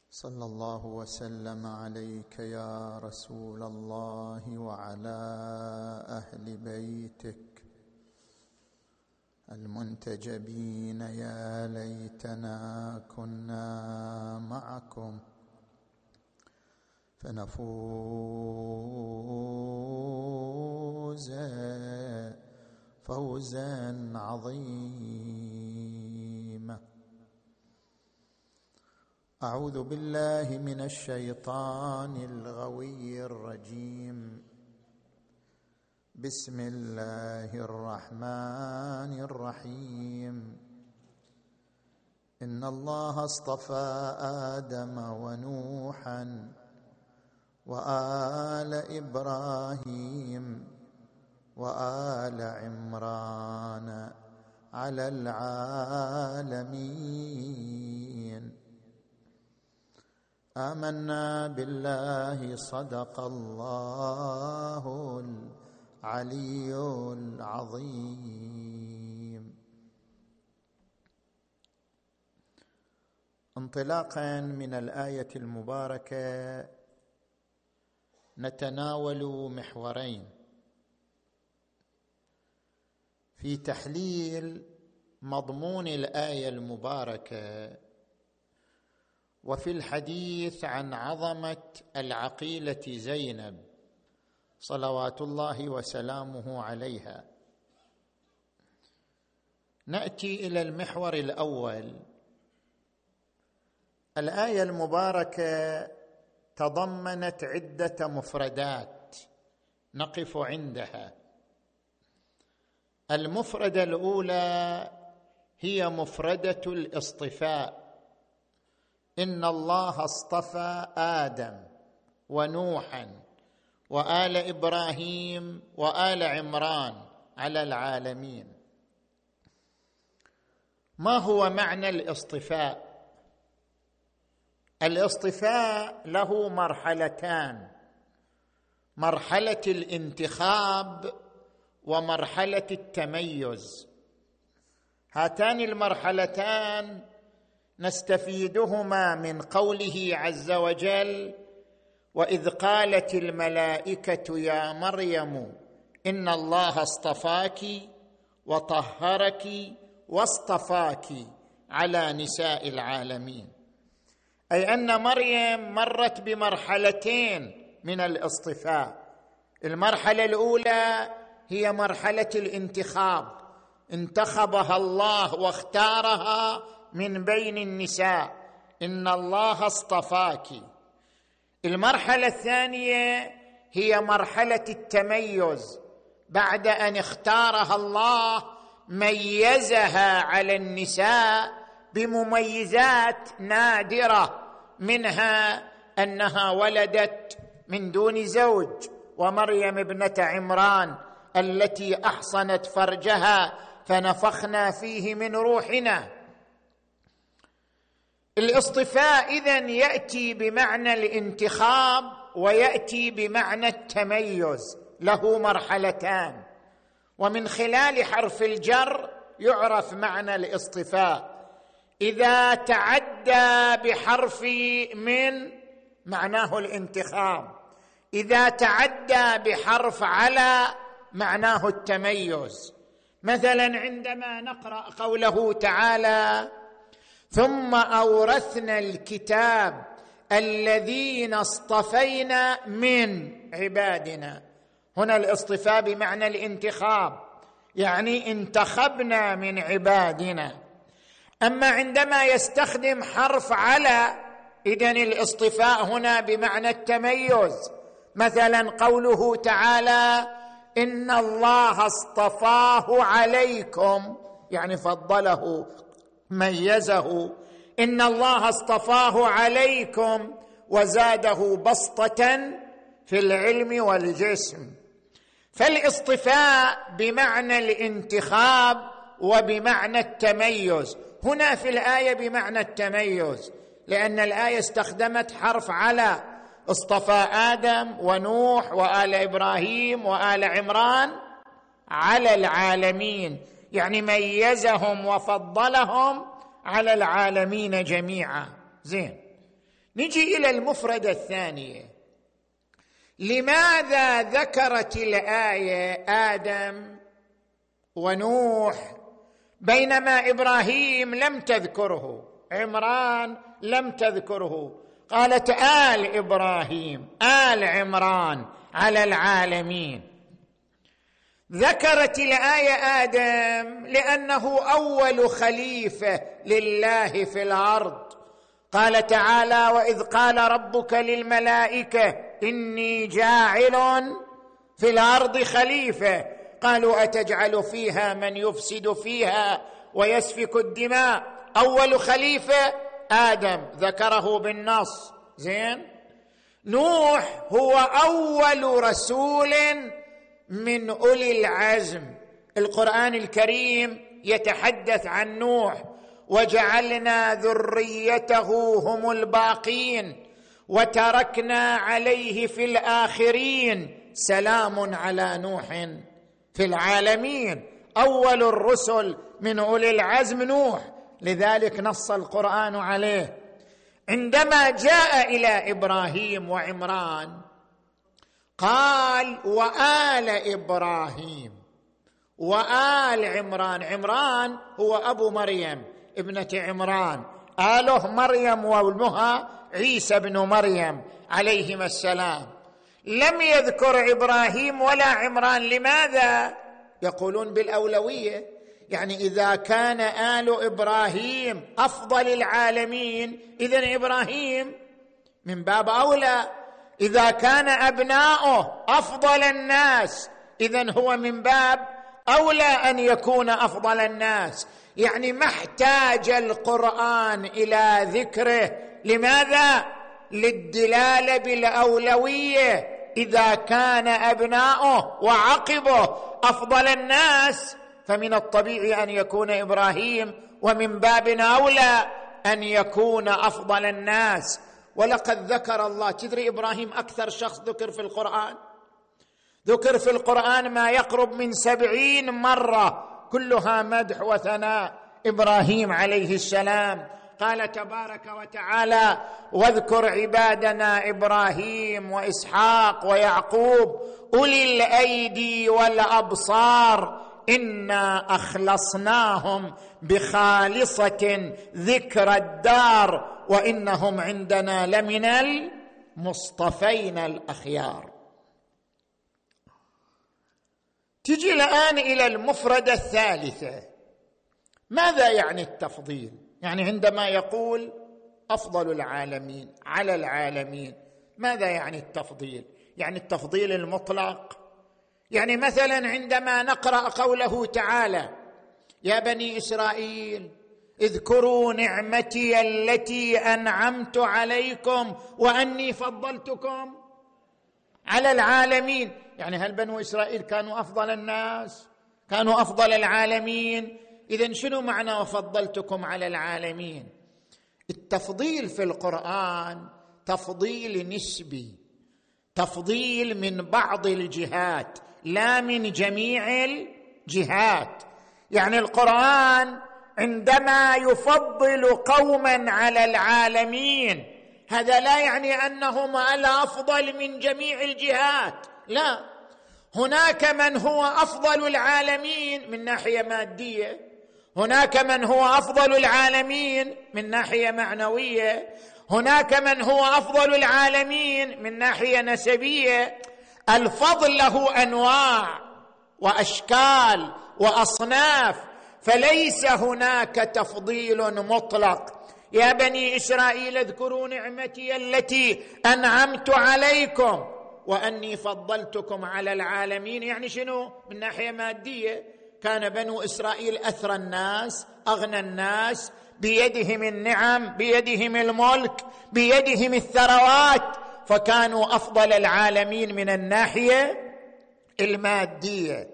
صلى الله وسلم عليك يا رسول الله وعلى أهل بيتك المنتجبين. يا ليتنا كنا معكم فنفوز فوزا عظيما. أعوذ بالله من الشيطان الغوي الرجيم. بسم الله الرحمن الرحيم. إن الله اصطفى آدم ونوحا وآل إبراهيم وآل عمران على العالمين. آمنا بالله صدق الله العلي العظيم. انطلاقا من الآية المباركة نتناول محورين في تحليل مضمون الآية المباركة وفي الحديث عن عظمة العقيلة زينب صلوات الله وسلامه عليها. نأتي إلى المحور الأول. الآية المباركة تضمنت عدة مفردات نقف عندها. المفردة الأولى هي مفردة الاصطفاء. إن الله اصطفى آدم ونوحا وآل إبراهيم وآل عمران على العالمين. ما هو معنى الاصطفاء؟ الاصطفاء له مرحلتان: مرحلة الانتخاب ومرحلة التميز. هاتان المرحلتان نستفيدهما من قوله عز وجل: وإذ قالت الملائكة يا مريم إن الله اصطفاك وطهرك واصطفاك على نساء العالمين. أي أن مريم مرت بمرحلتين من الاصطفاء. المرحلة الأولى هي مرحلة الانتخاب، انتخبها الله واختارها من بين النساء، إن الله اصطفاك. المرحلة الثانية هي مرحلة التميز، بعد أن اختارها الله ميزها على النساء بمميزات نادرة، منها أنها ولدت من دون زوج، ومريم ابنة عمران التي أحصنت فرجها فنفخنا فيه من روحنا. الاصطفاء إذن يأتي بمعنى الانتخاب ويأتي بمعنى التميز، له مرحلتان، ومن خلال حرف الجر يعرف معنى الاصطفاء. إذا تعدى بحرف من معناه الانتخاب، إذا تعدى بحرف على معناه التميز. مثلا عندما نقرأ قوله تعالى: ثم أورثنا الكتاب الذين اصطفينا من عبادنا. هنا الاصطفاء بمعنى الانتخاب، يعني انتخبنا من عبادنا. أما عندما يستخدم حرف على، إذن الاصطفاء هنا بمعنى التميز. مثلا قوله تعالى: إن الله اصطفاه عليكم، يعني فضله ميزه. إن الله اصطفاه عليكم وزاده بسطة في العلم والجسم. فالاصطفاء بمعنى الانتخاب وبمعنى التميز. هنا في الآية بمعنى التميز، لأن الآية استخدمت حرف على، اصطفى آدم ونوح وآل إبراهيم وآل عمران على العالمين، يعني ميزهم وفضلهم على العالمين جميعا. زين، نجي إلى المفردة الثانية. لماذا ذكرت الآية آدم ونوح بينما إبراهيم لم تذكره، عمران لم تذكره؟ قالت آل إبراهيم، آل عمران على العالمين. ذكرت الآية آدم لأنه أول خليفة لله في الأرض. قال تعالى: وإذ قال ربك للملائكة إني جاعل في الأرض خليفة قالوا أتجعل فيها من يفسد فيها ويسفك الدماء. أول خليفة آدم، ذكره بالنص. زين. نوح هو أول رسول من أولي العزم. القرآن الكريم يتحدث عن نوح: وجعلنا ذريته هم الباقين وتركنا عليه في الآخرين سلام على نوح في العالمين. أول الرسل من أولي العزم نوح، لذلك نص القرآن عليه. عندما جاء إلى إبراهيم وعمران قال: وآل إبراهيم وآل عمران. عمران هو أبو مريم ابنة عمران، آله مريم وابنها عيسى بن مريم عليهما السلام. لم يذكر إبراهيم ولا عمران. لماذا؟ يقولون بالأولوية، يعني إذا كان آل إبراهيم أفضل العالمين إذن إبراهيم من باب أولى. إذا كان أبناؤه أفضل الناس إذن هو من باب أولى أن يكون أفضل الناس. يعني ما احتاج القرآن إلى ذكره. لماذا؟ للدلالة بالأولوية. إذا كان أبناؤه وعقبه أفضل الناس فمن الطبيعي أن يكون إبراهيم، ومن باب أولى أن يكون أفضل الناس. ولقد ذكر الله، تدري إبراهيم أكثر شخص ذكر في القرآن؟ ذكر في القرآن ما يقرب من 70 مرة، كلها مدح وثناء إبراهيم عليه السلام. قال تبارك وتعالى: واذكر عبادنا إبراهيم وإسحاق ويعقوب أولي الأيدي والأبصار إنا أخلصناهم بخالصة ذكر الدار وإنهم عندنا لمن المصطفين الأخيار. تجي الآن إلى المفردة الثالثة. ماذا يعني التفضيل؟ يعني عندما يقول أفضل العالمين على العالمين، ماذا يعني التفضيل؟ يعني التفضيل المطلق؟ يعني مثلا عندما نقرأ قوله تعالى: يا بني إسرائيل اذكروا نعمتي التي أنعمت عليكم وأني فضلتكم على العالمين. يعني هل بنو إسرائيل كانوا أفضل الناس؟ كانوا أفضل العالمين؟ إذن شنو معنى وفضلتكم على العالمين؟ التفضيل في القرآن تفضيل نسبي، تفضيل من بعض الجهات لا من جميع الجهات. يعني القرآن عندما يفضل قوما على العالمين هذا لا يعني أنهم الأفضل من جميع الجهات، لا. هناك من هو أفضل العالمين من ناحية مادية، هناك من هو أفضل العالمين من ناحية معنوية، هناك من هو أفضل العالمين من ناحية نسبية. الفضل له أنواع وأشكال وأصناف، فليس هناك تفضيل مطلق. يا بني إسرائيل اذكروا نعمتي التي أنعمت عليكم وأني فضلتكم على العالمين. يعني شنو؟ من ناحية مادية كان بنو إسرائيل أثرى الناس، أغنى الناس، بيدهم النعم، بيدهم الملك، بيدهم الثروات، فكانوا أفضل العالمين من الناحية المادية.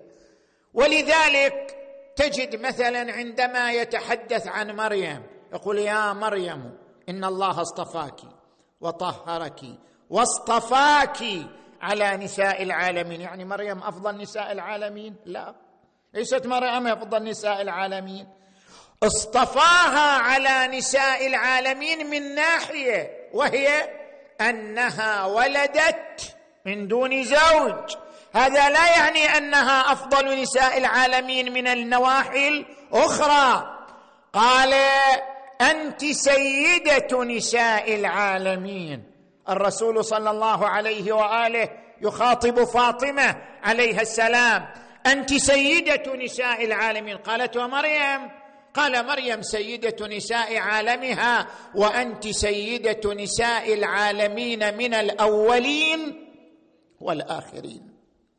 ولذلك تجد مثلا عندما يتحدث عن مريم يقول: يا مريم إن الله اصطفاك وطهرك واصطفاك على نساء العالمين. يعني مريم أفضل نساء العالمين؟ لا، ليست مريم أفضل نساء العالمين. اصطفاها على نساء العالمين من ناحية، وهي أنها ولدت من دون زوج. هذا لا يعني أنها أفضل نساء العالمين من النواحي الأخرى. قال أنت سيدة نساء العالمين. الرسول صلى الله عليه وآله يخاطب فاطمة عليها السلام: أنت سيدة نساء العالمين. قالت: ومريم؟ قال: مريم سيدة نساء عالمها، وأنت سيدة نساء العالمين من الأولين والآخرين.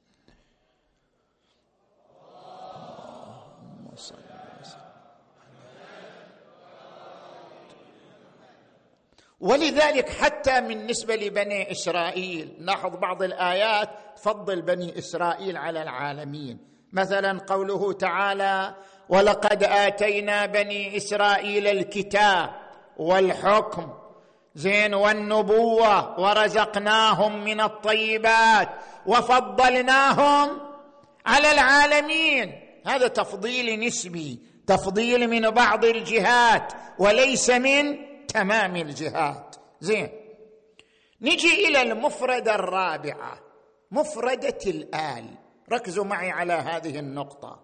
ولذلك حتى بالنسبة لبني إسرائيل نلاحظ بعض الآيات تفضل بني إسرائيل على العالمين. مثلا قوله تعالى: ولقد آتينا بني إسرائيل الكتاب والحكم والنبوة ورزقناهم من الطيبات وفضلناهم على العالمين. هذا تفضيل نسبي، تفضيل من بعض الجهات وليس من تمام الجهات. نجي إلى المفردة الرابعة، مفردة الآل. ركزوا معي على هذه النقطة.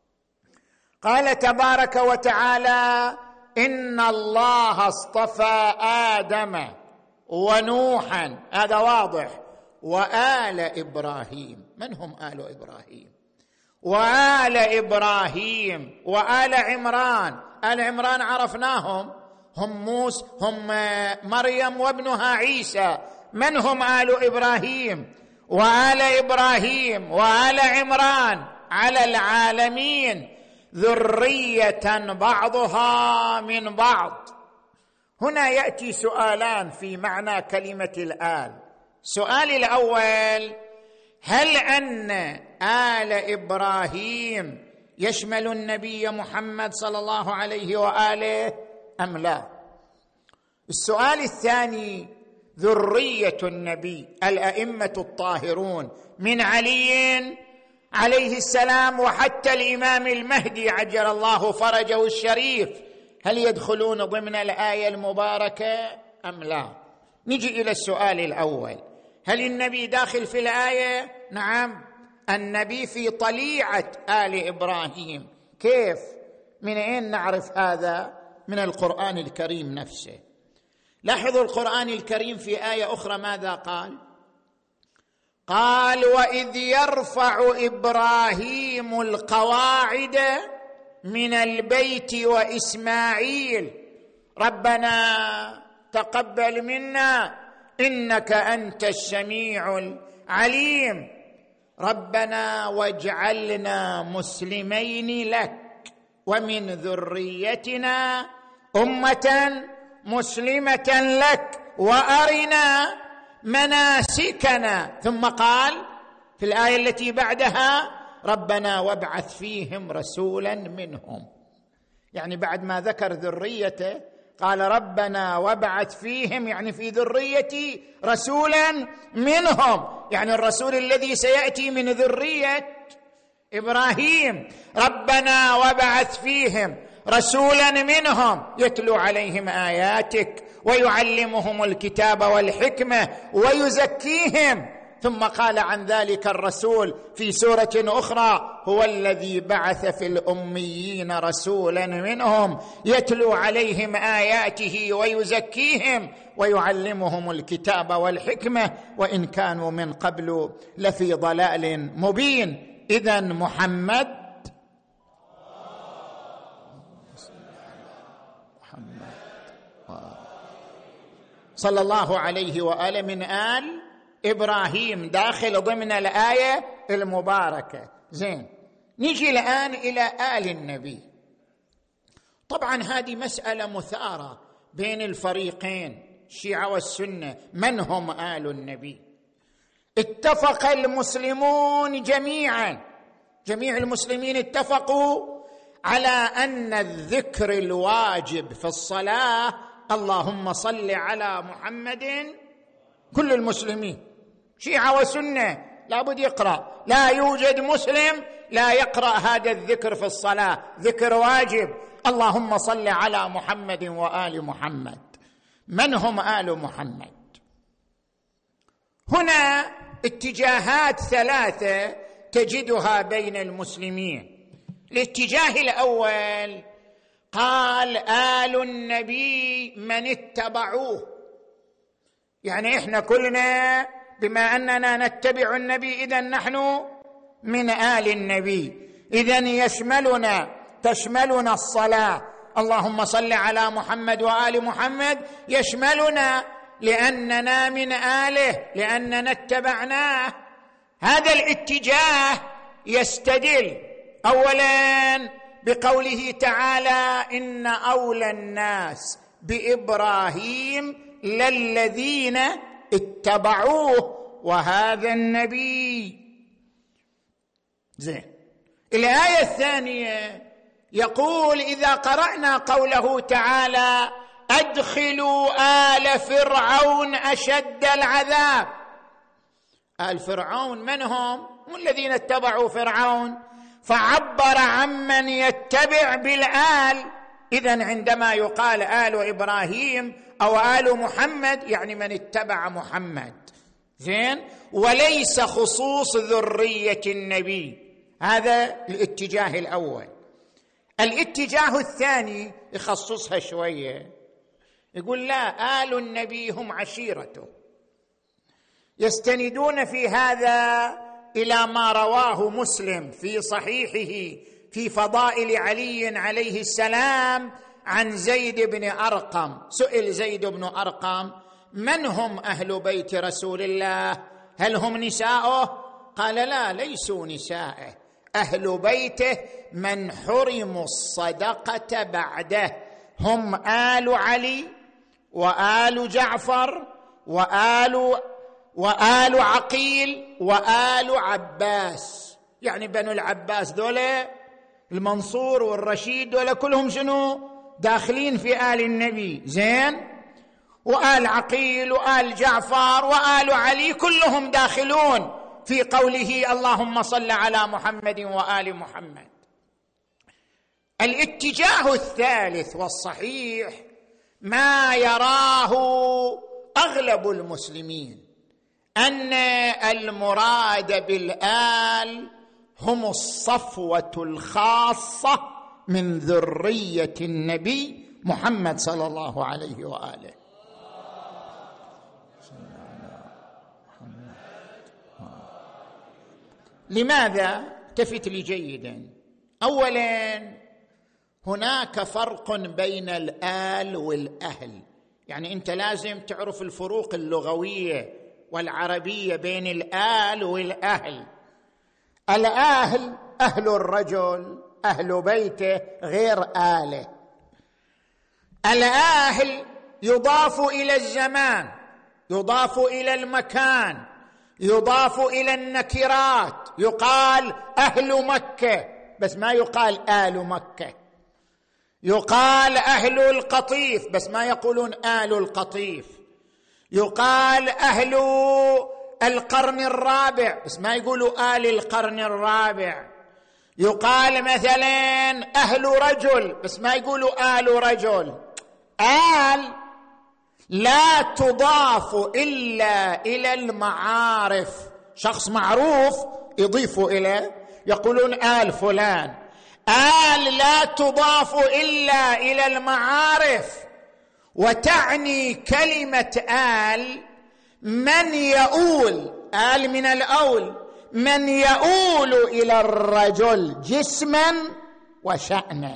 قال تبارك وتعالى: إن الله اصطفى آدم ونوحا، هذا واضح، وآل إبراهيم. من هم آل إبراهيم؟ وآل إبراهيم وآل عمران. آل عمران عرفناهم، هم مريم وابنها عيسى. من هم آل إبراهيم؟ وآل إبراهيم وآل عمران على العالمين ذرية بعضها من بعض. هنا يأتي سؤالان في معنى كلمة الآل. السؤال الأول: هل أن آل إبراهيم يشمل النبي محمد صلى الله عليه وآله أم لا؟ السؤال الثاني: ذرية النبي الأئمة الطاهرون من علي عليه السلام وحتى الإمام المهدي عجل الله فرجه الشريف، هل يدخلون ضمن الآية المباركة أم لا؟ نجي إلى السؤال الأول: هل النبي داخل في الآية؟ نعم، النبي في طليعة آل إبراهيم. كيف؟ من أين نعرف هذا؟ من القرآن الكريم نفسه. لاحظوا القرآن الكريم في آية أخرى ماذا قال؟ قال: وإذ يرفع إبراهيم القواعد من البيت وإسماعيل ربنا تقبل منا إنك أنت السميع العليم ربنا واجعلنا مسلمين لك ومن ذريتنا أمة مسلمة لك وأرنا مناسكنا. ثم قال في الآية التي بعدها: ربنا وابعث فيهم رسولا منهم. يعني بعد ما ذكر ذريته قال: ربنا وابعث فيهم، يعني في ذريتي رسولا منهم، يعني الرسول الذي سيأتي من ذرية إبراهيم. ربنا وابعث فيهم رسولا منهم يتلو عليهم آياتك ويعلمهم الكتاب والحكمة ويزكيهم. ثم قال عن ذلك الرسول في سورة أخرى: هو الذي بعث في الأميين رسولا منهم يتلو عليهم آياته ويزكيهم ويعلمهم الكتاب والحكمة وإن كانوا من قبل لفي ضلال مبين. إذن محمد صلى الله عليه وآله من آل إبراهيم داخل ضمن الآية المباركة. نيجي الآن إلى آل النبي. طبعا هذه مسألة مثارة بين الفريقين الشيعة والسنة، من هم آل النبي؟ اتفق المسلمون جميعا، جميع المسلمين اتفقوا على أن الذكر الواجب في الصلاة اللهم صل على محمد. كل المسلمين شيعة وسنة لابد يقرأ، لا يوجد مسلم لا يقرأ هذا الذكر في الصلاة، ذكر واجب، اللهم صل على محمد وآل محمد. من هم آل محمد؟ هنا اتجاهات ثلاثة تجدها بين المسلمين. الاتجاه الأول قال آل النبي من اتبعوه، يعني إحنا كلنا بما أننا نتبع النبي إذن نحن من آل النبي، إذن تشملنا الصلاة، اللهم صل على محمد وآل محمد، يشملنا لأننا من آله، لأننا اتبعناه. هذا الاتجاه يستدل أولا بقوله تعالى إن أولى الناس بإبراهيم للذين اتبعوه وهذا النبي. زين. الآية الثانية يقول إذا قرأنا قوله تعالى أدخلوا آل فرعون أشد العذاب، آل فرعون من هم الذين اتبعوا فرعون، فعبر عمن يتبع بالآل. إذن عندما يقال آل إبراهيم أو آل محمد يعني من اتبع محمد. زين. وليس خصوص ذرية النبي. هذا الاتجاه الأول. الاتجاه الثاني يخصصها شوية، يقول لا، آل النبي هم عشيرته. يستندون في هذا إلى ما رواه مسلم في صحيحه في فضائل علي عليه السلام عن زيد بن أرقم. سئل زيد بن أرقم من هم أهل بيت رسول الله، هل هم نساؤه؟ قال لا، ليسوا نساءه، أهل بيته من حرموا الصدقة بعده، هم آل علي وآل جعفر وآل عقيل وآل عباس. يعني بنو العباس دولة المنصور والرشيد دولة كلهم شنو؟ داخلين في آل النبي. زين. وآل عقيل وآل جعفر وآل علي كلهم داخلون في قوله اللهم صل على محمد وآل محمد. الاتجاه الثالث والصحيح ما يراه أغلب المسلمين أن المراد بالآل هم الصفوة الخاصة من ذرية النبي محمد صلى الله عليه وآله. لماذا؟ التفت لي جيدا. أولا هناك فرق بين الآل والأهل، يعني أنت لازم تعرف الفروق اللغوية والعربية بين الآل والأهل. الأهل أهل الرجل، أهل بيته، غير آله. الأهل يضاف إلى الزمان، يضاف إلى المكان، يضاف إلى النكرات، يقال أهل مكة بس ما يقال آل مكة، يقال أهل القطيف بس ما يقولون آل القطيف، يقال أهل القرن الرابع بس ما يقولوا آل القرن الرابع، يقال مثلا أهل رجل بس ما يقولوا آل رجل. آل لا تضاف إلا إلى المعارف، شخص معروف يضيفوا إليه يقولون آل فلان. آل لا تضاف إلا إلى المعارف. وتعني كلمة آل من يؤول، آل من الأول، من يؤول إلى الرجل جسما وشأنا.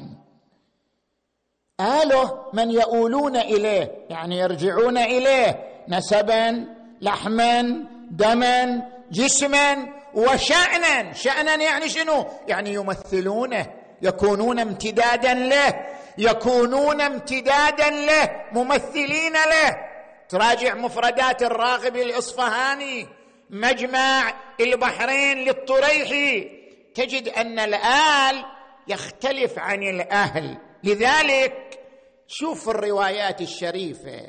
آله من يؤولون إليه يعني يرجعون إليه نسبا، لحما، دما، جسما وشأنا. شأنا يعني شنو؟ يعني يمثلونه، يكونون امتدادا له، يكونون امتدادا له، ممثلين له. تراجع مفردات الراغب الإصفهاني، مجمع البحرين للطريحي، تجد أن الآل يختلف عن الأهل. لذلك شوف الروايات الشريفة،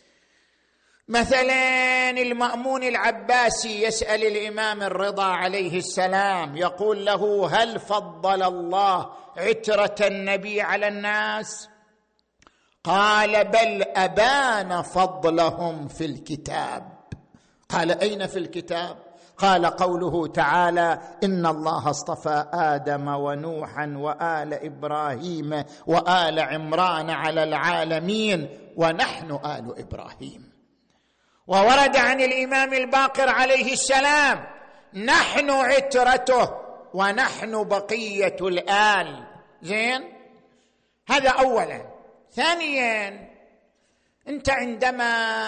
مثلا المأمون العباسي يسأل الإمام الرضا عليه السلام، يقول له هل فضل الله عترة النبي على الناس؟ قال بل أبان فضلهم في الكتاب. قال أين في الكتاب؟ قال قوله تعالى إن الله اصطفى آدم ونوحا وآل إبراهيم وآل عمران على العالمين ونحن آل إبراهيم. وورد عن الإمام الباقر عليه السلام نحن عترته ونحن بقية الآل. زين، هذا أولا. ثانيا، أنت عندما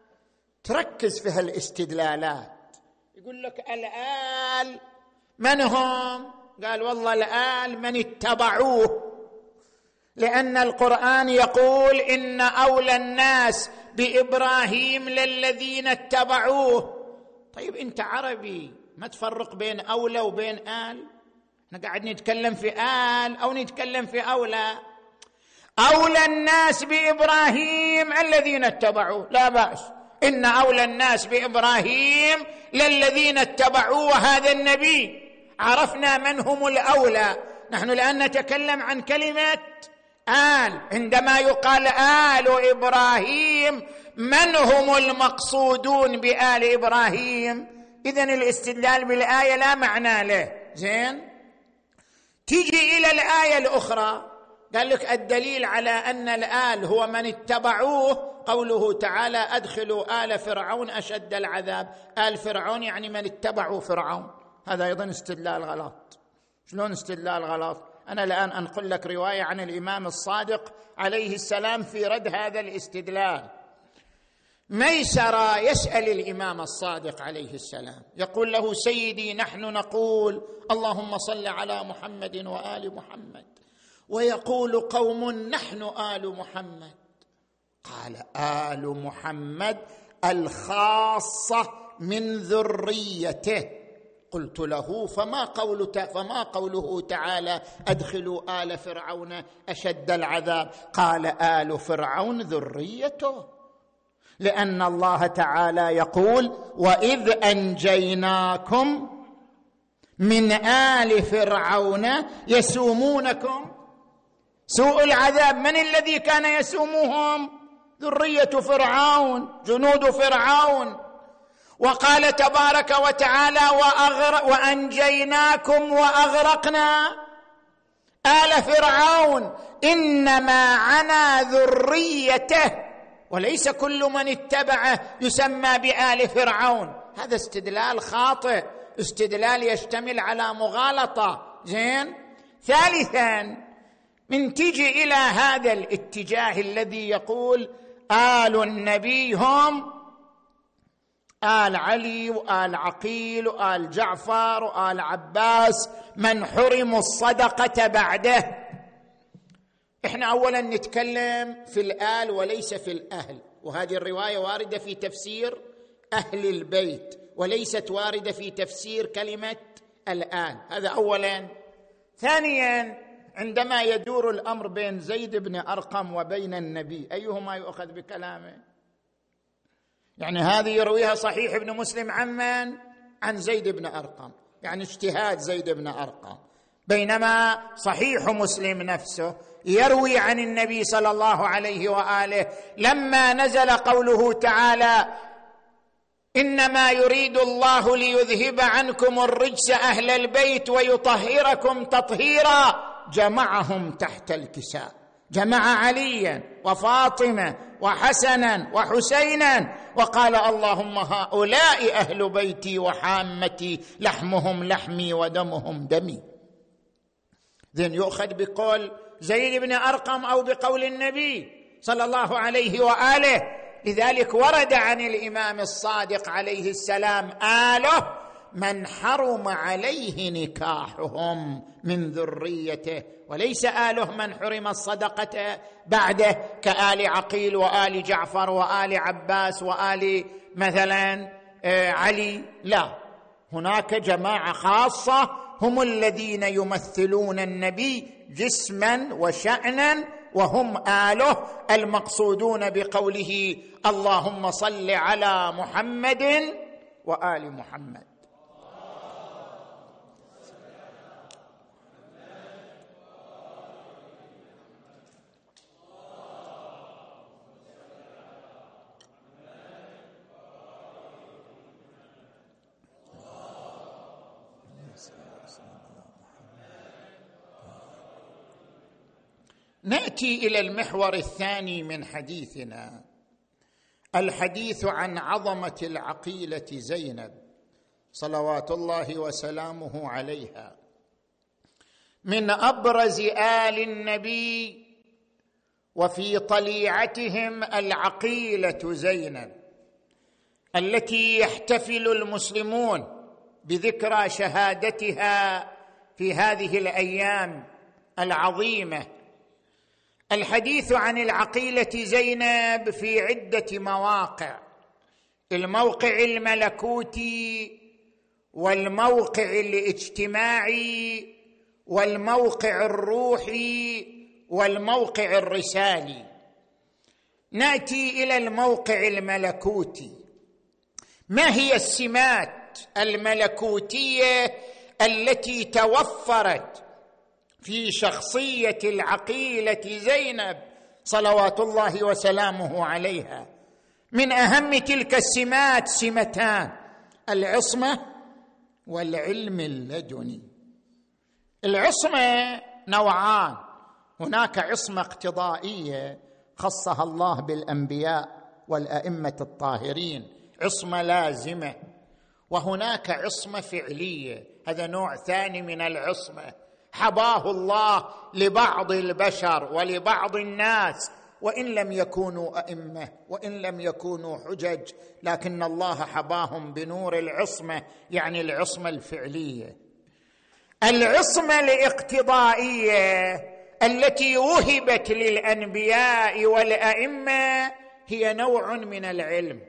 تركز في هالاستدلالات يقول لك الآل من هم؟ قال والله الآل من اتبعوه، لأن القرآن يقول إن أولى الناس بإبراهيم للذين اتبعوه. طيب أنت عربي، ما تفرق بين أولى وبين آل؟ احنا قاعد نتكلم في آل أو نتكلم في أولى؟ أولى الناس بإبراهيم الذين اتبعوه، لا بأس، إن أولى الناس بإبراهيم للذين اتبعوه، هذا النبي عرفنا من هم الأولى. نحن الآن نتكلم عن كلمة آل. عندما يقال آل إبراهيم من هم المقصودون بآل إبراهيم؟ إذن الاستدلال بالآية لا معنى له. زين، تيجي إلى الآية الأخرى قال لك الدليل على أن الآل هو من اتبعوه قوله تعالى أدخلوا آل فرعون أشد العذاب. آل فرعون يعني من اتبعوا فرعون. هذا أيضا استدلال غلط. شلون استدلال غلط؟ أنا الآن أنقل لك رواية عن الإمام الصادق عليه السلام في رد هذا الاستدلال. ميسرة يسأل الإمام الصادق عليه السلام، يقول له سيدي نحن نقول اللهم صل على محمد وآل محمد، ويقول قوم نحن آل محمد. قال آل محمد الخاصة من ذريته. قلت له فما قوله تعالى أدخلوا آل فرعون أشد العذاب؟ قال آل فرعون ذريته، لأن الله تعالى يقول وإذ أنجيناكم من آل فرعون يسومونكم سوء العذاب. من الذي كان يسومهم؟ ذرية فرعون، جنود فرعون. وقال تبارك وتعالى وأنجيناكم وأغرقنا آل فرعون، إنما عنا ذريته، وليس كل من اتبعه يسمى بآل فرعون. هذا استدلال خاطئ، استدلال يشتمل على مغالطة. زين، ثالثا، من تجي إلى هذا الاتجاه الذي يقول آل النبي هم آل علي وآل عقيل وآل جعفر وآل عباس من حرموا الصدقة بعده. احنا أولا نتكلم في الآل وليس في الأهل، وهذه الرواية واردة في تفسير أهل البيت وليست واردة في تفسير كلمة الآل. هذا أولا. ثانيا، عندما يدور الأمر بين زيد بن أرقم وبين النبي أيهما يؤخذ بكلامه؟ يعني هذه يرويها صحيح ابن مسلم عن زيد بن أرقم، يعني اجتهاد زيد بن أرقم، بينما صحيح مسلم نفسه يروي عن النبي صلى الله عليه وآله لما نزل قوله تعالى إنما يريد الله ليذهب عنكم الرجس أهل البيت ويطهركم تطهيرا، جمعهم تحت الكساء، جمع عليا وفاطمة وحسنا وحسينا، وقال اللهم هؤلاء أهل بيتي وحامتي لحمهم لحمي ودمهم دمي. ذن يؤخذ بقول زيد بن أرقم أو بقول النبي صلى الله عليه وآله. لذلك ورد عن الإمام الصادق عليه السلام آله من حرم عليه نكاحهم من ذريته، وليس آله من حرم الصدقة بعده كآل عقيل وآل جعفر وآل عباس وآل مثلا علي. لا، هناك جماعة خاصة هم الذين يمثلون النبي جسما وشأنا، وهم آله المقصودون بقوله اللهم صل على محمد وآل محمد. ناتي الى المحور الثاني من حديثنا، الحديث عن عظمه العقيله زينب صلوات الله وسلامه عليها، من ابرز ال النبي وفي طليعتهم العقيله زينب التي يحتفل المسلمون بذكرى شهادتها في هذه الايام العظيمه. الحديث عن العقيله زينب في عده مواقع: الموقع الملكوتي والموقع الاجتماعي والموقع الروحي والموقع الرسالي. ناتي الى الموقع الملكوتي. ما هي السمات الملكوتيه التي توفرت في شخصيه العقيله زينب صلوات الله وسلامه عليها؟ من اهم تلك السمات سمتان: العصمه والعلم اللدني. العصمه نوعان: هناك عصمه اقتضائيه خصها الله بالانبياء والائمه الطاهرين، عصمه لازمه، وهناك عصمه فعليه، هذا نوع ثاني من العصمه حباه الله لبعض البشر ولبعض الناس، وان لم يكونوا ائمه وان لم يكونوا حجج، لكن الله حباهم بنور العصمه، يعني العصمه الفعليه. العصمه الاقتضائيه التي وهبت للانبياء والائمه هي نوع من العلم،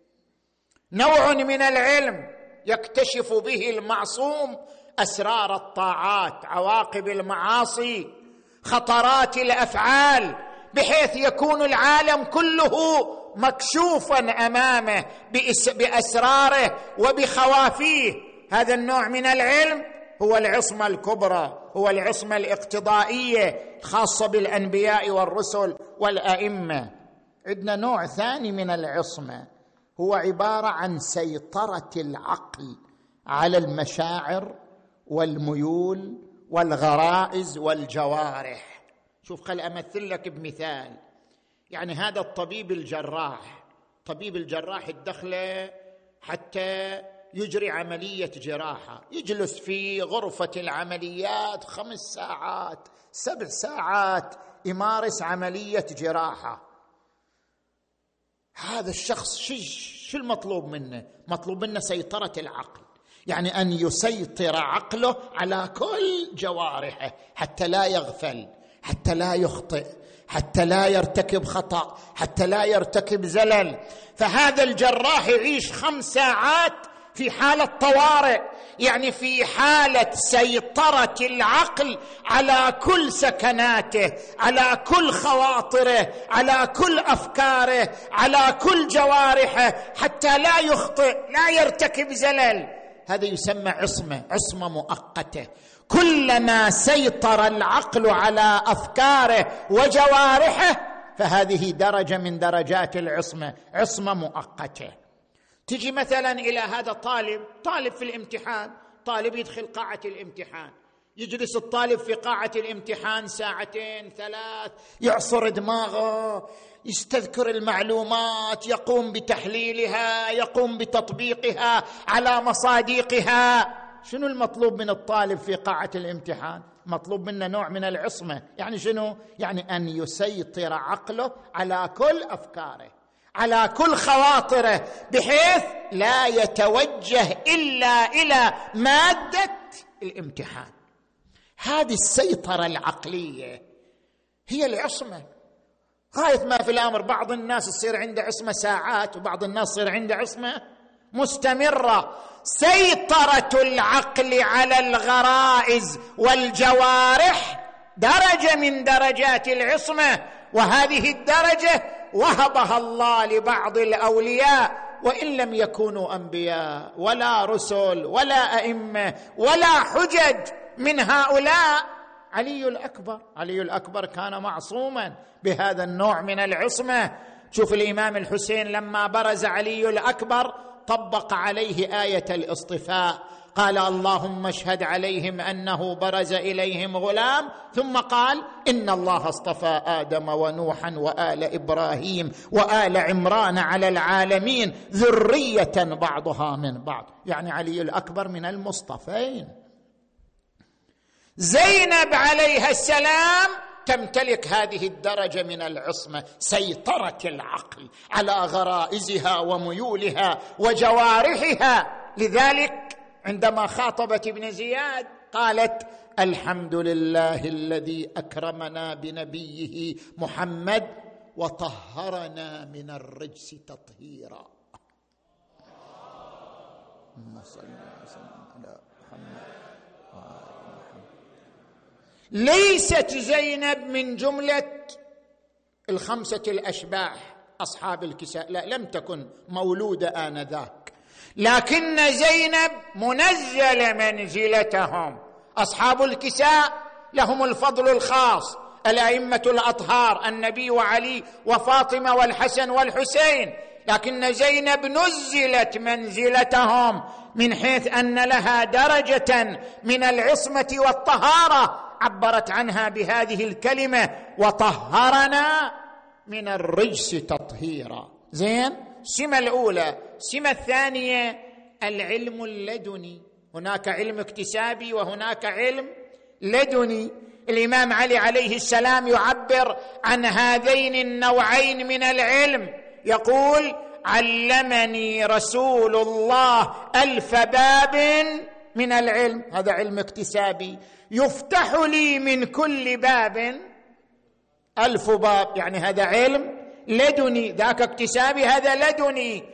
نوع من العلم يكتشف به المعصوم اسرار الطاعات، عواقب المعاصي، خطرات الافعال، بحيث يكون العالم كله مكشوفا امامه باسراره وبخوافيه. هذا النوع من العلم هو العصمه الكبرى، هو العصمه الاقتضائيه الخاصه بالانبياء والرسل والائمه. عندنا نوع ثاني من العصمه، هو عباره عن سيطره العقل على المشاعر والميول والغرائز والجوارح. شوف، خل امثل لك بمثال. يعني هذا الطبيب الجراح، طبيب الجراح الدخله حتى يجري عمليه جراحه، يجلس في غرفه العمليات 5 ساعات 7 ساعات يمارس عمليه جراحه. هذا الشخص شو المطلوب منه؟ مطلوب منه سيطره العقل، يعني ان يسيطر عقله على كل جوارحه حتى لا يغفل، حتى لا يخطئ، حتى لا يرتكب خطأ، حتى لا يرتكب زلل. فهذا الجراح يعيش 5 ساعات في حالة طوارئ، يعني في حالة سيطرة العقل على كل سكناته، على كل خواطره، على كل أفكاره، على كل جوارحه، حتى لا يخطئ، لا يرتكب زلل. هذا يسمى عصمة مؤقتة. كلما سيطر العقل على أفكاره وجوارحه فهذه درجة من درجات العصمة، عصمة مؤقتة. تجي مثلا إلى هذا طالب في الامتحان، طالب يدخل قاعة الامتحان، يجلس الطالب في قاعة الامتحان 2 3 يعصر دماغه، يستذكر المعلومات، يقوم بتحليلها، يقوم بتطبيقها على مصادقها. شنو المطلوب من الطالب في قاعة الامتحان؟ مطلوب منه نوع من العصمة. يعني شنو؟ يعني أن يسيطر عقله على كل أفكاره، على كل خواطره، بحيث لا يتوجه إلا إلى مادة الامتحان. هذه السيطرة العقلية هي العصمة. غاية ما في الأمر بعض الناس تصير عنده عصمة ساعات، وبعض الناس تصير عنده عصمة مستمرة. سيطرة العقل على الغرائز والجوارح درجة من درجات العصمة، وهذه الدرجة وهبها الله لبعض الأولياء، وإن لم يكونوا أنبياء ولا رسل ولا أئمة ولا حجج من هؤلاء. علي الأكبر كان معصوما بهذا النوع من العصمة. شوف الإمام الحسين لما برز علي الأكبر طبق عليه آية الاصطفاء، قال اللهم اشهد عليهم أنه برز إليهم غلام، ثم قال إن الله اصطفى آدم ونوحا وآل إبراهيم وآل عمران على العالمين ذرية بعضها من بعض، يعني علي الأكبر من المصطفين. زينب عليها السلام تمتلك هذه الدرجة من العصمة، سيطرة العقل على غرائزها وميولها وجوارحها. لذلك عندما خاطبت ابن زياد قالت الحمد لله الذي أكرمنا بنبيه محمد وطهرنا من الرجس تطهيرا. اللهم صل وسلم على محمد. ليست زينب من جملة الخمسة الأشباح أصحاب الكساء، لا، لم تكن مولودة آنذاك، لكن زينب منزل منزلتهم. أصحاب الكساء لهم الفضل الخاص، الأئمة الأطهار النبي وعلي وفاطمة والحسن والحسين، لكن زينب نزلت منزلتهم من حيث أن لها درجة من العصمة والطهارة عبرت عنها بهذه الكلمة وطهرنا من الرجس تطهيرا. زين، السمة الأولى. السمة الثانية العلم اللدني، هناك علم اكتسابي وهناك علم لدني. الإمام علي عليه السلام يعبر عن هذين النوعين من العلم، يقول علمني رسول الله 1000 باب من العلم، هذا علم اكتسابي، يفتح لي من كل باب 1000 باب، يعني هذا علم لدني، ذاك اكتسابي، هذا لدني.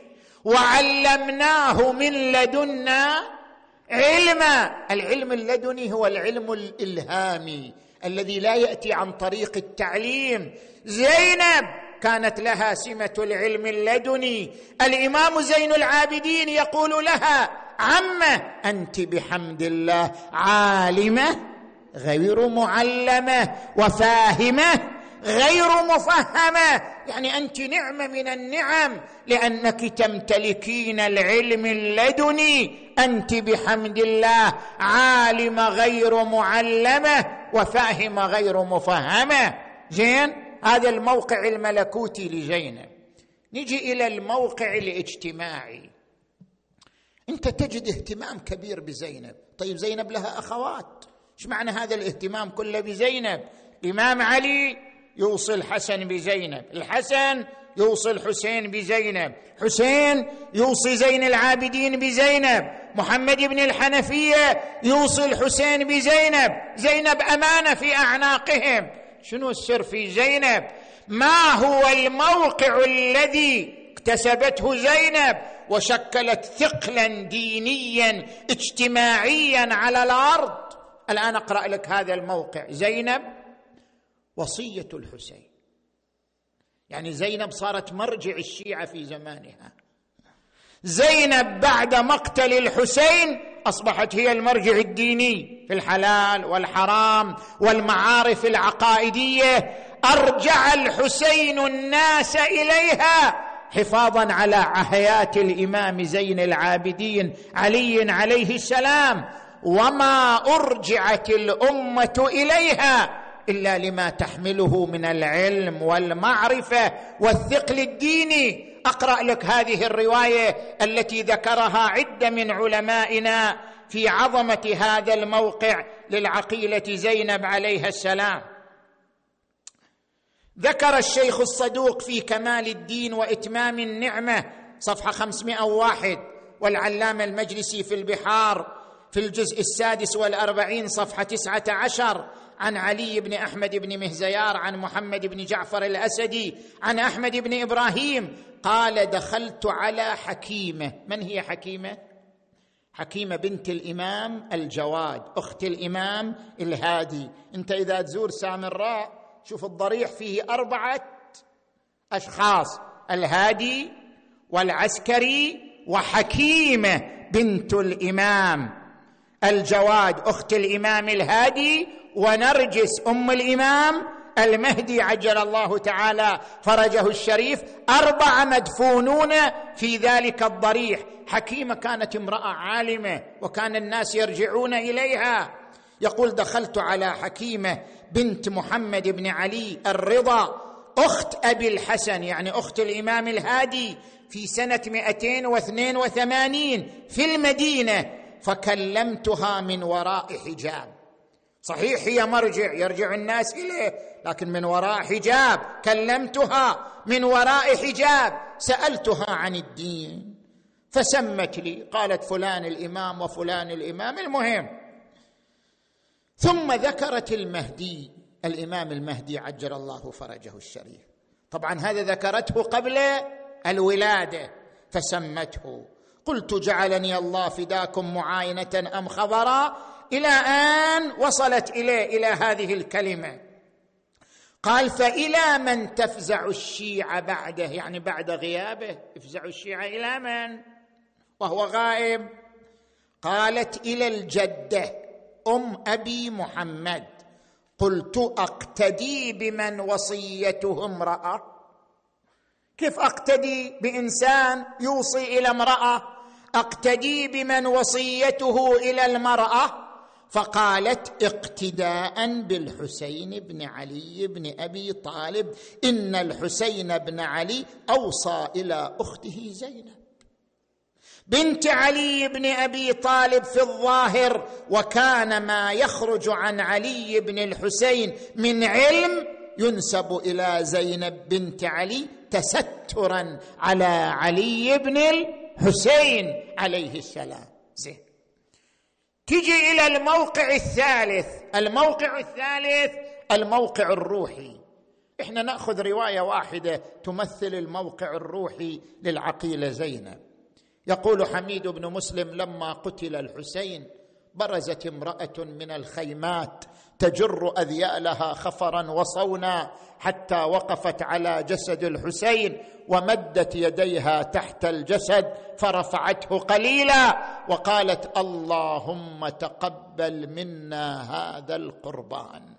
وعلمناه من لدنا علما. العلم اللدني هو العلم الإلهامي الذي لا يأتي عن طريق التعليم. زينب كانت لها سمة العلم اللدني. الإمام زين العابدين يقول لها عمه أنت بحمد الله عالمة غير معلمة وفاهمة غير مفهمة، يعني أنت نعمة من النعم لأنك تمتلكين العلم اللدني. أنت بحمد الله عالمة غير معلمة وفاهمة غير مفهمة. زين، هذا الموقع الملكوتي لزينب. نجي إلى الموقع الاجتماعي. أنت تجد اهتمام كبير بزينب. طيب زينب لها أخوات، إيش معنى هذا الاهتمام كله بزينب؟ الإمام علي يوصي الحسن بزينب، الحسن يوصي الحسين بزينب، حسين يوصي زين العابدين بزينب، محمد بن الحنفية يوصي الحسين بزينب. زينب أمانة في أعناقهم. شنو السر في زينب؟ ما هو الموقع الذي اكتسبته زينب وشكلت ثقلا دينيا اجتماعيا على الأرض؟ الآن أقرأ لك هذا الموقع. زينب وصية الحسين، يعني زينب صارت مرجع الشيعة في زمانها. زينب بعد مقتل الحسين أصبحت هي المرجع الديني في الحلال والحرام والمعارف العقائدية. أرجع الحسين الناس إليها حفاظا على حياة الإمام زين العابدين علي عليه السلام. وما أرجعت الأمة إليها إلا لما تحمله من العلم والمعرفة والثقل الديني. أقرأ لك هذه الرواية التي ذكرها عدة من علمائنا في عظمة هذا الموقع للعقيلة زينب عليها السلام. ذكر الشيخ الصدوق في كمال الدين وإتمام النعمة صفحة 501، والعلامة المجلسي في البحار في الجزء 46 صفحة 19 عن علي بن أحمد بن مهزيار عن محمد بن جعفر الأسدي عن أحمد بن إبراهيم قال دخلت على حكيمة. من هي حكيمة؟ حكيمة بنت الإمام الجواد أخت الإمام الهادي. أنت إذا تزور سامراء شوف الضريح فيه 4 أشخاص، الهادي والعسكري وحكيمة بنت الإمام الجواد أخت الإمام الهادي ونرجس أم الإمام المهدي عجل الله تعالى فرجه الشريف 4 مدفونون في ذلك الضريح. حكيمة كانت امرأة عالمة وكان الناس يرجعون إليها. يقول: دخلت على حكيمة بنت محمد بن علي الرضا أخت أبي الحسن، يعني أخت الإمام الهادي، في سنة 282 في المدينة، فكلمتها من وراء حجاب. صحيح هي مرجع يرجع الناس إليه، لكن من وراء حجاب. كلمتها من وراء حجاب، سألتها عن الدين فسمت لي، قالت فلان الإمام وفلان الإمام. المهم، ثم ذكرت المهدي، الإمام المهدي عجل الله فرجه الشريف. طبعا هذا ذكرته قبل الولادة، فسمته. قلت: جعلني الله فداكم معاينة أم خبرا؟ إلى أن وصلت إلى هذه الكلمة. قال: فإلى من تفزع الشيعة بعده؟ يعني بعد غيابه يفزع الشيعة إلى من وهو غائب؟ قالت: إلى الجدة أم أبي محمد. قلت: أقتدي بمن وصيته امرأة؟ كيف أقتدي بإنسان يوصي إلى امرأة؟ أقتدي بمن وصيته إلى المرأة. فقالت: اقتداء بالحسين بن علي بن أبي طالب، إن الحسين بن علي أوصى إلى أخته زينب بنت علي بن أبي طالب في الظاهر، وكان ما يخرج عن علي بن الحسين من علم ينسب إلى زينب بنت علي تسترا على علي بن الحسين عليه السلام. زين، تجي إلى الموقع الثالث. الموقع الثالث الموقع الروحي. إحنا نأخذ رواية واحدة تمثل الموقع الروحي للعقيلة زينب. يقول حميد بن مسلم: لما قتل الحسين برزت امرأة من الخيمات تجر أذيالها خفرا وصونا حتى وقفت على جسد الحسين ومدت يديها تحت الجسد فرفعته قليلا وقالت: اللهم تقبل منا هذا القربان.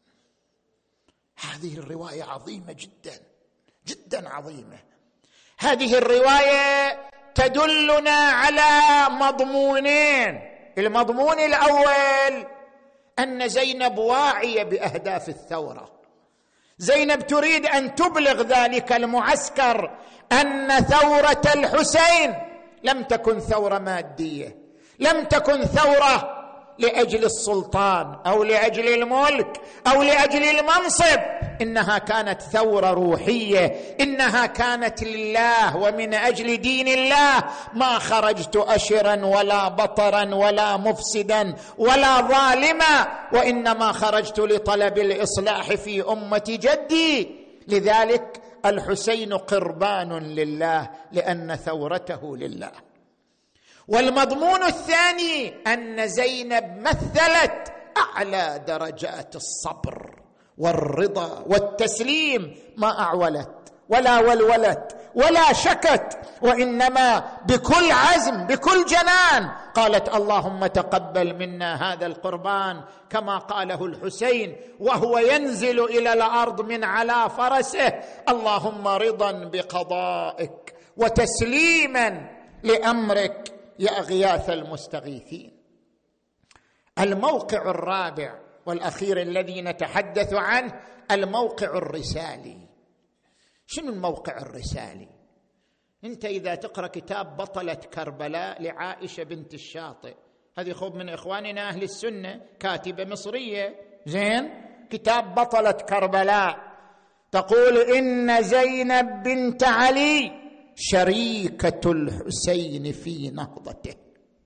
هذه الرواية عظيمة جدا جدا عظيمة. هذه الرواية تدلنا على مضمونين. المضمون الأول أن زينب واعية بأهداف الثورة. زينب تريد أن تبلغ ذلك المعسكر أن ثورة الحسين لم تكن ثورة مادية، لم تكن ثورة لأجل السلطان أو لأجل الملك أو لأجل المنصب، إنها كانت ثورة روحية، إنها كانت لله ومن أجل دين الله. ما خرجت أشرا ولا بطرا ولا مفسدا ولا ظالما، وإنما خرجت لطلب الإصلاح في أمة جدي. لذلك الحسين قربان لله لأن ثورته لله. والمضمون الثاني أن زينب مثلت أعلى درجات الصبر والرضا والتسليم، ما أعولت ولا ولولت ولا شكت، وإنما بكل عزم بكل جنان قالت: اللهم تقبل منا هذا القربان، كما قاله الحسين وهو ينزل إلى الأرض من على فرسه: اللهم رضا بقضائك وتسليما لأمرك يا غياث المستغيثين. الموقع الرابع والأخير الذي نتحدث عنه الموقع الرسالي. شنو الموقع الرسالي؟ أنت إذا تقرأ كتاب بطلة كربلاء لعائشة بنت الشاطئ، هذه خوب من إخواننا أهل السنة، كاتبة مصرية، زين، كتاب بطلة كربلاء، تقول: إن زينب بنت علي شريكة الحسين في نهضته،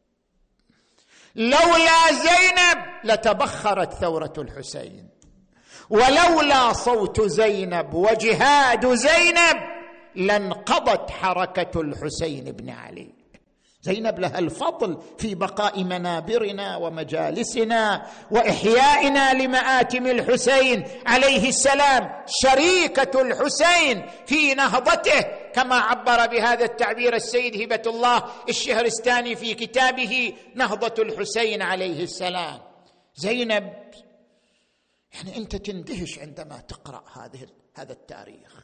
لولا زينب لتبخرت ثورة الحسين، ولولا صوت زينب وجهاد زينب لانقضت حركة الحسين بن علي. زينب لها الفضل في بقاء منابرنا ومجالسنا وإحيائنا لمآتم الحسين عليه السلام، شريكة الحسين في نهضته، كما عبر بهذا التعبير السيد هبة الله الشهرستاني في كتابه نهضة الحسين عليه السلام. زينب يعني أنت تندهش عندما تقرأ هذا التاريخ.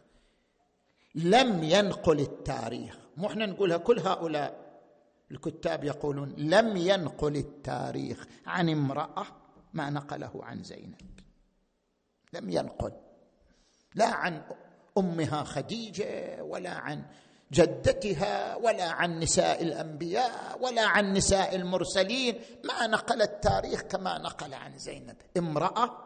لم ينقل التاريخ، مو احنا نقولها، كل هؤلاء الكتاب يقولون لم ينقل التاريخ عن امرأة ما نقله عن زينب. لم ينقل، لا عن أمها خديجة ولا عن جدتها ولا عن نساء الأنبياء ولا عن نساء المرسلين، ما نقل التاريخ كما نقل عن زينب. امرأة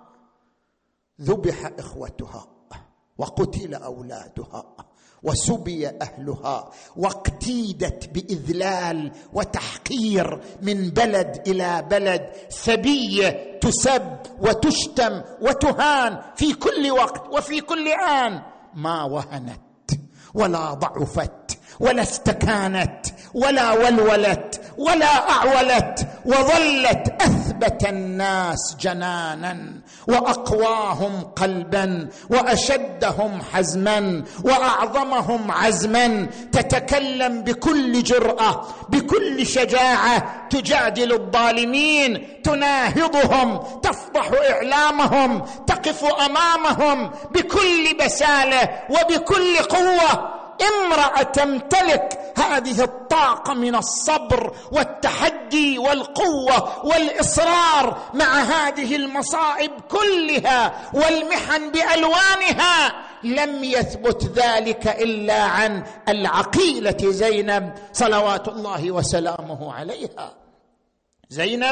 ذبح إخوتها وقتل أولادها وسبي أهلها واقتيدت بإذلال وتحقير من بلد إلى بلد، ثبية تسب وتشتم وتهان في كل وقت وفي كل آن، ما وهنت ولا ضعفت ولا استكانت ولا ولولت ولا أعولت، وظلت أثبت الناس جنانا وأقواهم قلبا وأشدهم حزما وأعظمهم عزما، تتكلم بكل جرأة بكل شجاعة، تجادل الظالمين، تناهضهم، تفضح إعلامهم، تقف أمامهم بكل بسالة وبكل قوة. امرأة تمتلك هذه الطاقة من الصبر والتحدي والقوة والإصرار مع هذه المصائب كلها والمحن بألوانها. لم يثبت ذلك إلا عن العقيلة زينب صلوات الله وسلامه عليها. زينب،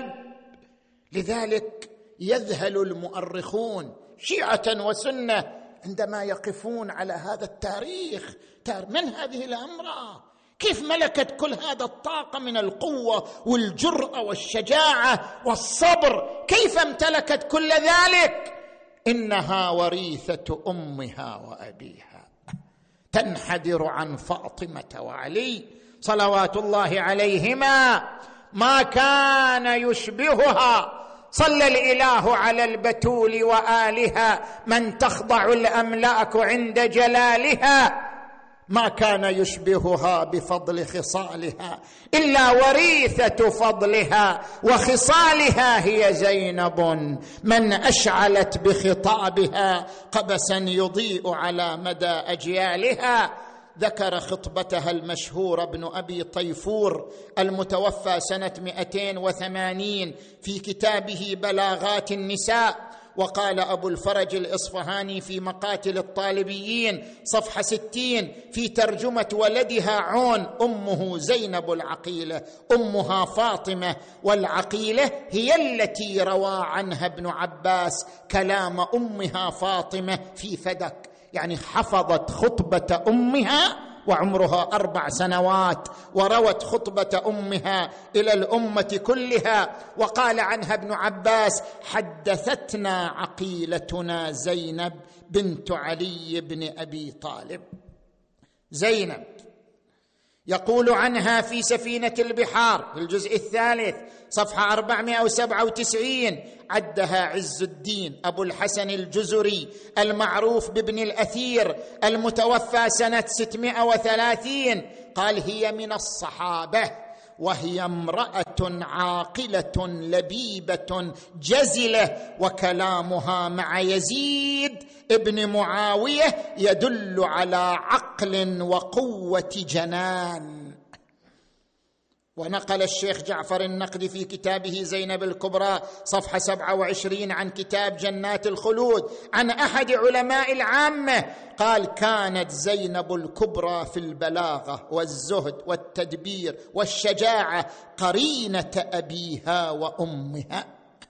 لذلك يذهل المؤرخون شيعة وسنة عندما يقفون على هذا التاريخ. من هذه الأمرأة؟ كيف ملكت كل هذا الطاقة من القوة والجرأة والشجاعة والصبر؟ كيف امتلكت كل ذلك؟ إنها وريثة أمها وأبيها، تنحدر عن فاطمة وعلي صلوات الله عليهما، ما كان يشبهها. صلى الإله على البتول وآلها، من تخضع الأملاك عند جلالها، ما كان يشبهها بفضل خصالها إلا وريثة فضلها وخصالها هي زينب، من أشعلت بخطابها قبسا يضيء على مدى أجيالها. ذكر خطبتها المشهورة ابن أبي طيفور المتوفى سنة 280 في كتابه بلاغات النساء. وقال أبو الفرج الإصفهاني في مقاتل الطالبيين صفحة 60 في ترجمة ولدها عون: أمه زينب العقيلة، أمها فاطمة، والعقيلة هي التي روى عنها ابن عباس كلام أمها فاطمة في فدك، يعني حفظت خطبة أمها وعمرها 4 سنوات، وروت خطبة أمها إلى الأمة كلها. وقال عنها ابن عباس: حدثتنا عقيلتنا زينب بنت علي بن أبي طالب. زينب يقول عنها في سفينة البحار في الجزء 3 صفحة 497: عدها عز الدين أبو الحسن الجزري المعروف بابن الأثير المتوفى سنة 630، قال: هي من الصحابة، وهي امرأة عاقلة لبيبة جزلة، وكلامها مع يزيد ابن معاوية يدل على عقل وقوة جنان. ونقل الشيخ جعفر النقدي في كتابه زينب الكبرى صفحة 27 عن كتاب جنات الخلود عن أحد علماء العامة قال: كانت زينب الكبرى في البلاغة والزهد والتدبير والشجاعة قرينة أبيها وأمها.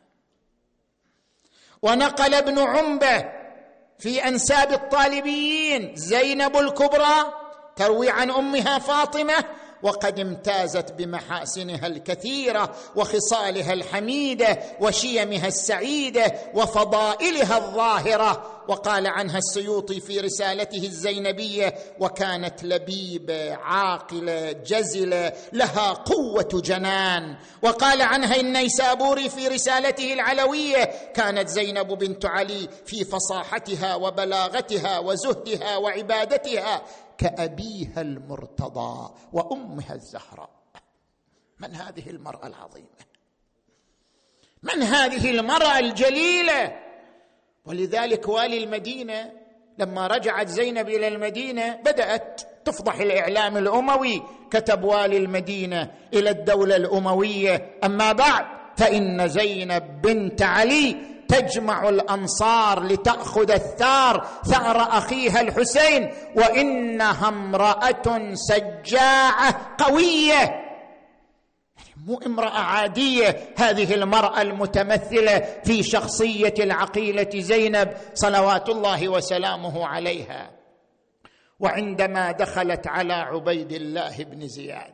ونقل ابن عنبة في أنساب الطالبيين: زينب الكبرى تروي عن أمها فاطمة، وقد امتازت بمحاسنها الكثيرة وخصالها الحميدة وشيمها السعيدة وفضائلها الظاهرة. وقال عنها السيوطي في رسالته الزينبية: وكانت لبيبة عاقلة جزلة لها قوة جنان. وقال عنها النيسابوري في رسالته العلوية: كانت زينب بنت علي في فصاحتها وبلاغتها وزهدها وعبادتها كأبيها المرتضى وأمها الزهراء. من هذه المرأة العظيمة؟ من هذه المرأة الجليلة؟ ولذلك والي المدينة لما رجعت زينب إلى المدينة بدأت تفضح الإعلام الأموي. كتب والي المدينة إلى الدولة الأموية: أما بعد فإن زينب بنت علي تجمع الأنصار لتأخذ الثار، ثأر أخيها الحسين، وإنها امرأة سجاعة قوية. مو امرأة عادية، هذه المرأة المتمثلة في شخصية العقيلة زينب صلوات الله وسلامه عليها. وعندما دخلت على عبيد الله بن زياد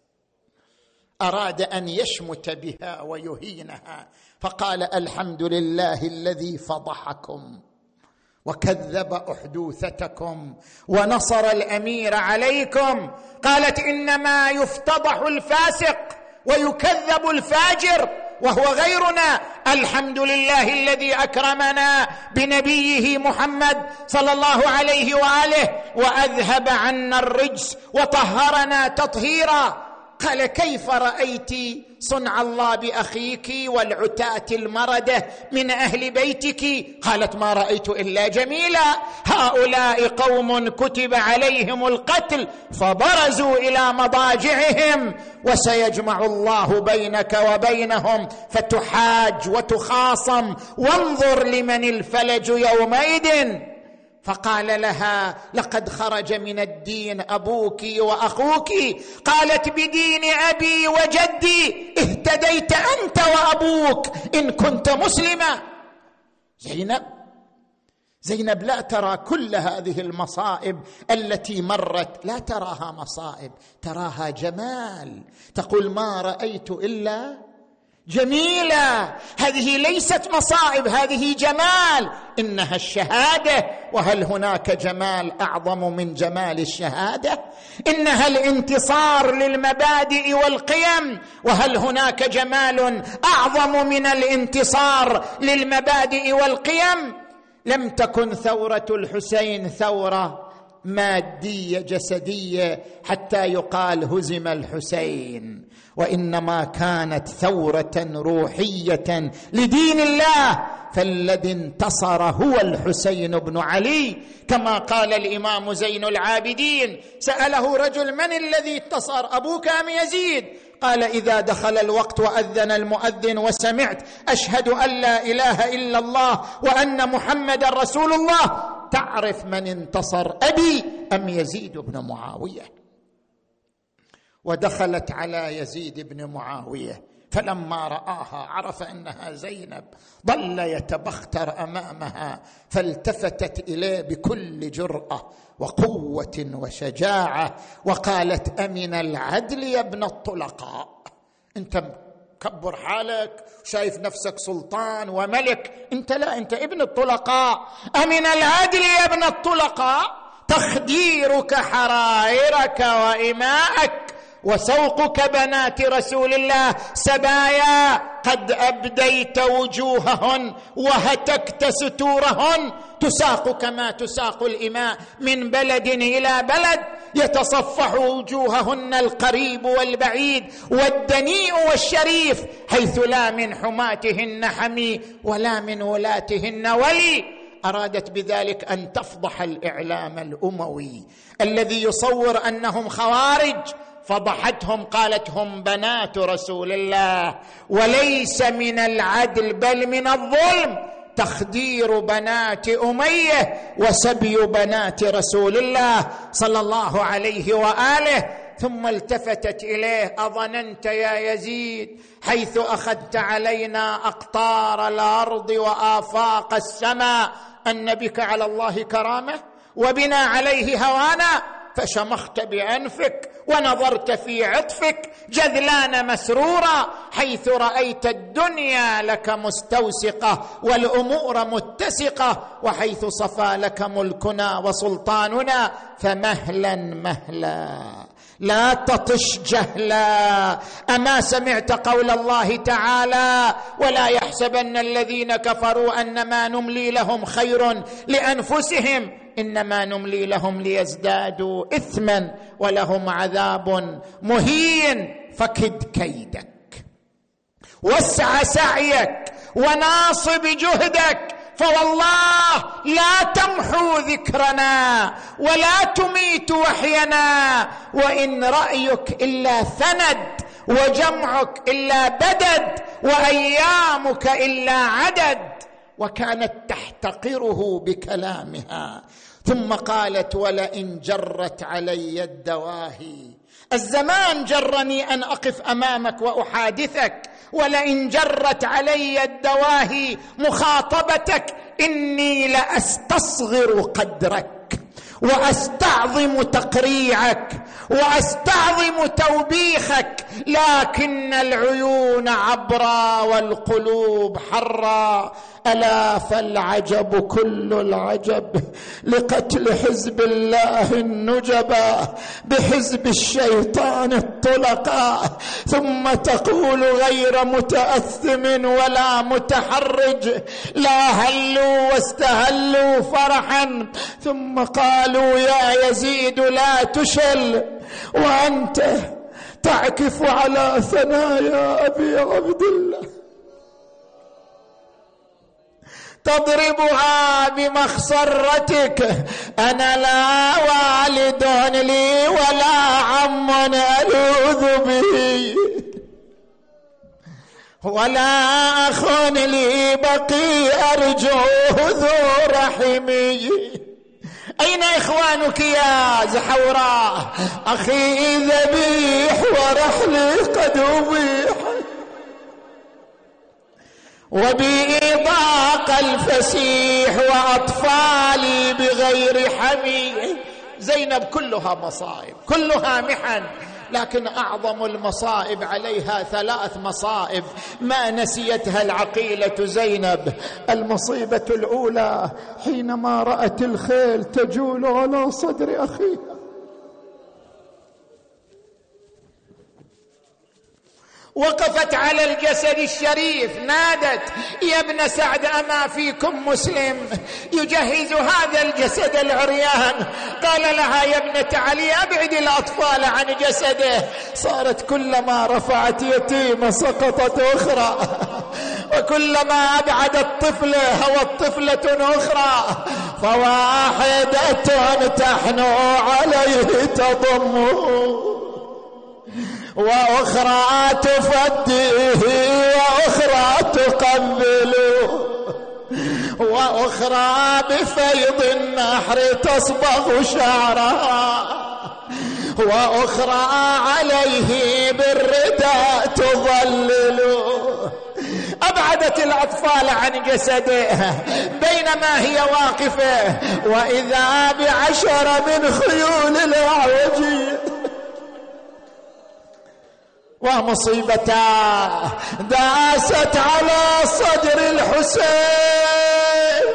أراد أن يشمت بها ويهينها، فقال: الحمد لله الذي فضحكم وكذب أحدوثتكم ونصر الأمير عليكم. قالت: إنما يفتضح الفاسق ويكذب الفاجر وهو غيرنا. الحمد لله الذي أكرمنا بنبيه محمد صلى الله عليه وآله وأذهب عنا الرجس وطهرنا تطهيرا. قال: كيف رأيت صنع الله بأخيك والعتاة المردة من أهل بيتك؟ قالت: ما رأيت إلا جميلا. هؤلاء قوم كتب عليهم القتل فبرزوا إلى مضاجعهم، وسيجمع الله بينك وبينهم فتحاج وتخاصم، وانظر لمن الفلج يومئذ. فقال لها: لقد خرج من الدين أبوك وأخوك. قالت: بدين أبي وجدي اهتديت أنت وأبوك إن كنت مسلمة. زينب لا ترى كل هذه المصائب التي مرت، لا تراها مصائب، تراها جمال. تقول: ما رأيت إلا جميلة. هذه ليست مصائب، هذه جمال، إنها الشهادة. وهل هناك جمال أعظم من جمال الشهادة؟ إنها الانتصار للمبادئ والقيم، وهل هناك جمال أعظم من الانتصار للمبادئ والقيم؟ لم تكن ثورة الحسين ثورة مادية جسدية حتى يقال هزم الحسين، وإنما كانت ثورة روحية لدين الله. فالذي انتصر هو الحسين بن علي، كما قال الإمام زين العابدين: سأله رجل: من الذي انتصر، أبوك أم يزيد؟ قال: إذا دخل الوقت وأذن المؤذن وسمعت أشهد أن لا إله إلا الله وأن محمد رسول الله تعرف من انتصر، أبي أم يزيد بن معاوية. ودخلت على يزيد بن معاوية، فلما رآها عرف أنها زينب، ظل يتبختر أمامها، فالتفتت إليه بكل جرأة وقوة وشجاعة وقالت: أمن العدل يا ابن الطلقاء. أنت كبر حالك، شايف نفسك سلطان وملك، أنت لا، أنت ابن الطلقاء. أمن العدل يا ابن الطلقاء، تخديرك حرائرك وإماءك وسوقك بنات رسول الله سبايا، قد أبديت وجوههن وهتكت ستورهن، تساق كما تساق الإماء من بلد إلى بلد، يتصفح وجوههن القريب والبعيد والدنيء والشريف، حيث لا من حماتهن حمي ولا من ولاتهن ولي. أرادت بذلك أن تفضح الإعلام الأموي الذي يصور أنهم خوارج، فضحتهم، قالت: هم بنات رسول الله، وليس من العدل بل من الظلم تخدير بنات أمية وسبي بنات رسول الله صلى الله عليه وآله. ثم التفتت إليه: أظننت يا يزيد حيث أخذت علينا أقطار الأرض وآفاق السماء أن بك على الله كرامة وبنا عليه هوانا؟ فشمخت بأنفك ونظرت في عطفك جذلان مسرورا، حيث رأيت الدنيا لك مستوسقة والأمور متسقة، وحيث صفى لك ملكنا وسلطاننا، فمهلا مهلا لا تطش جهلا. أما سمعت قول الله تعالى: ولا يحسبن الذين كفروا أنما نملي لهم خير لأنفسهم إنما نملي لهم ليزدادوا إثما ولهم عذاب مهين. فكد كيدك، واسع سعيك، وناصب جهدك، فوالله لا تمحو ذكرنا ولا تميت وحينا، وإن رأيك إلا ثند وجمعك إلا بدد وأيامك إلا عدد. وكانت تحتقره بكلامها. ثم قالت: ولئن جرت علي الدواهي، الزمان جرني أن أقف أمامك وأحادثك، ولئن جرت علي الدواهي مخاطبتك إني لأستصغر قدرك وأستعظم تقريعك وأستعظم توبيخك، لكن العيون عبرا والقلوب حرا. ألا فالعجب كل العجب لقتل حزب الله النجبا بحزب الشيطان الطلقا، ثم تقول غير متأثم ولا متحرج: لا هلوا واستهلوا فرحا. ثم قالوا: يا يزيد لا تشل وأنت تعكف على ثنايا أبي عبد الله، تضربها بمخصرتك. أنا لا والد لي ولا عم ألوذ به ولا أخ لي بقي أرجوه ذو رحمي. أين إخوانك يا زحوراء؟ أخي ذبيح ورحلي قد أبيح وبي ضاق الفسيح وأطفالي بغير حمي. زينب كلها مصائب، كلها محن، لكن أعظم المصائب عليها 3 مصائب ما نسيتها العقيلة زينب. المصيبة الأولى حينما رأت الخيل تجول على صدر أخيها، وقفت على الجسد الشريف، نادت: يا ابن سعد أما فيكم مسلم يجهز هذا الجسد العريان؟ قال لها: يا ابنة علي أبعد الأطفال عن جسده. صارت كلما رفعت يتيمة سقطت أخرى، وكلما أبعدت طفلة هوت طفلة أخرى، فواحدة تحنو عليه تضمه، وأخرى تفديه، وأخرى تقبله، وأخرى بفيض النحر تصبغ شعرها، وأخرى عليه بالرداء تظلله. أبعدت الأطفال عن جسده، بينما هي واقفة وإذا ب10 من خيول الأعوجية ومصيبتا داست على صدر الحسين.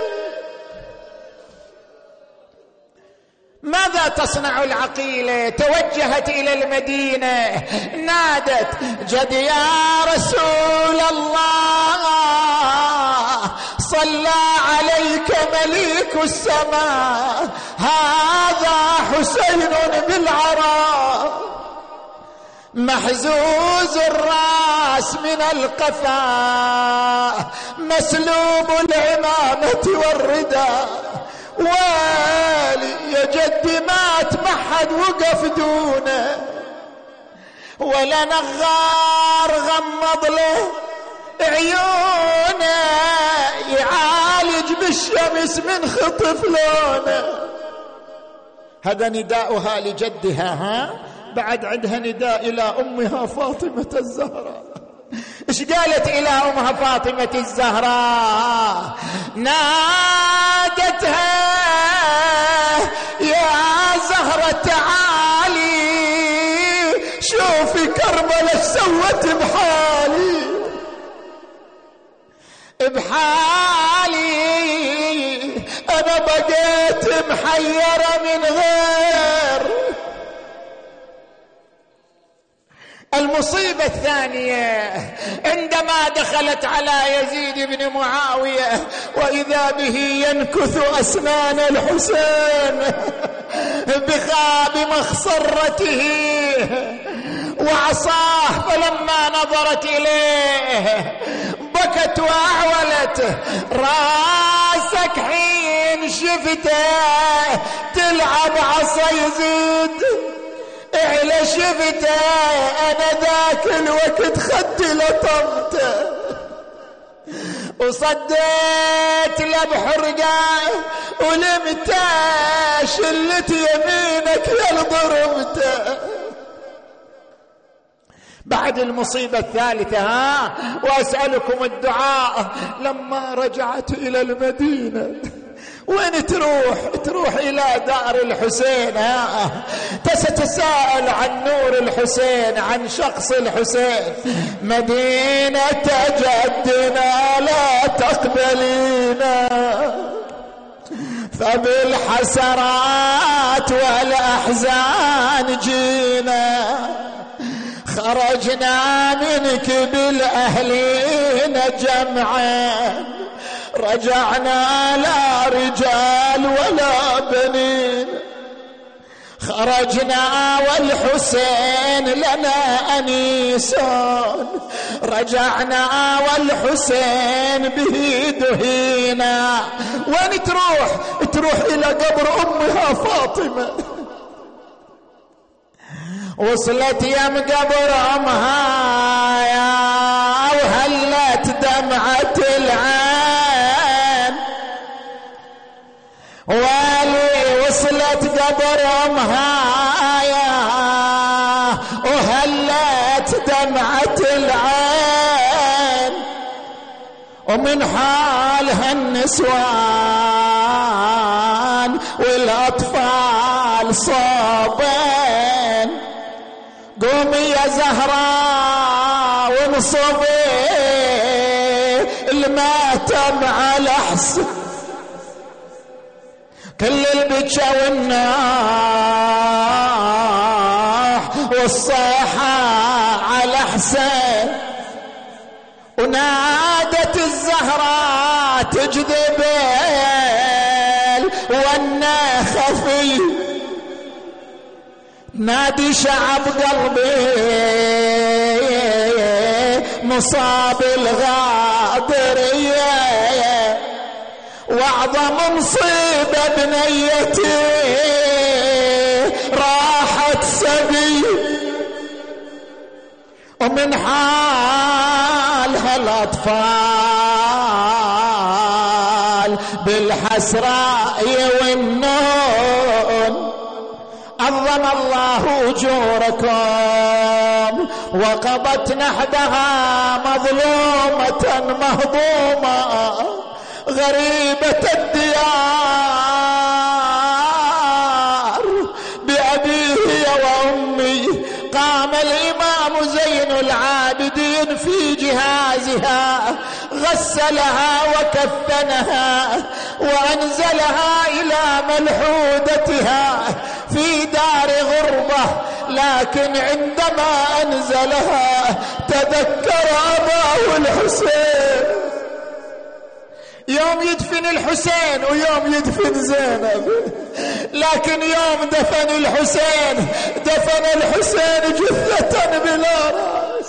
ماذا تصنع العقيلة؟ توجهت إلى المدينة، نادت: جد يا رسول الله، صلى عليك مليك السماء، هذا حسين بالعراء، محزوز الراس من القفا، مسلوب العمامة والرداء. والي يا جدي مات ما حد وقف دونه، ولا نغار غمض له عيونه، يعالج بالشمس من خطف لونه. هذا نداؤها لجدها. بعد عندها نداء إلى أمها فاطمة الزهراء. إيش قالت إلى أمها فاطمة الزهراء؟ نادتها: يا زهرة تعالي شوفي كربلاء سوت بحالي، أنا بقيت محيرة من غير. المصيبة الثانية عندما دخلت على يزيد بن معاوية وإذا به ينكث أسنان الحسين بمخصرته وعصاه، فلما نظرت إليه بكت وأعولته راسك حين شفته تلعب عصا يزيد إعلى شفته أنا ذاك الوقت خدي لطمته وصديت له بحرقه ولمته شلت يمينك يا ضربته. بعد المصيبة الثالثة وأسألكم الدعاء لما رجعت إلى المدينة وين تروح إلى دار الحسين تتساءل عن نور الحسين عن شخص الحسين. مدينة جدنا لا تقبلينا فبالحسرات والأحزان جينا خرجنا منك بالأهلين جمعا رجعنا لا رجال ولا بنين خرجنا والحسين لنا أنيسون رجعنا والحسين به دهينا. وين تروح إلى قبر أمها فاطمة وصلت يم قبر أمها يا وهلت دمعة العين والي وصلت قبر أمها يا وهلت دمعة العين ومن حالها النسوان والأطفال صابين. قومي يا زهراء وانصبي الماتم على حسن كل البكا والناح والصيحة على حسين. ونادت الزهراء تجذب والنخفي نادي شعب قلبي مصاب الغادرية واعظم مصيبة بنيتي راحت سبي ومن حالها الأطفال بالحسرة والنون. عظم الله أجوركم وقضت نحبها مظلومة مهضومة غريبة الديار بأبيه وأمي. قام الإمام زين العابدين في جهازها غسلها وكفنها وأنزلها إلى ملحودتها في دار غربة. لكن عندما أنزلها تذكر أباه الحسين يوم يدفن الحسين ويوم يدفن زينب. لكن يوم دفن الحسين جثة بلا رأس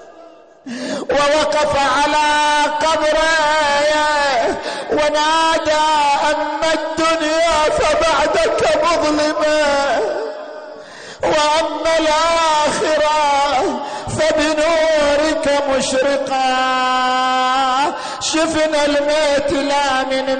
ووقف على قبره ونادى أما الدنيا فبعدك مظلمة وأما الآخرة فبنورك مشرقة. شفنا الميت لا من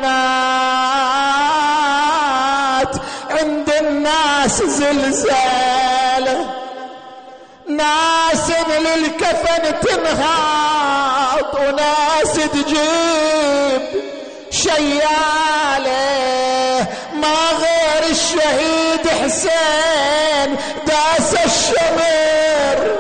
مات عند الناس زلزال ناس للكفن تنهض وناس تجيب شياله ما غير الشهيد حسين داس الشمر.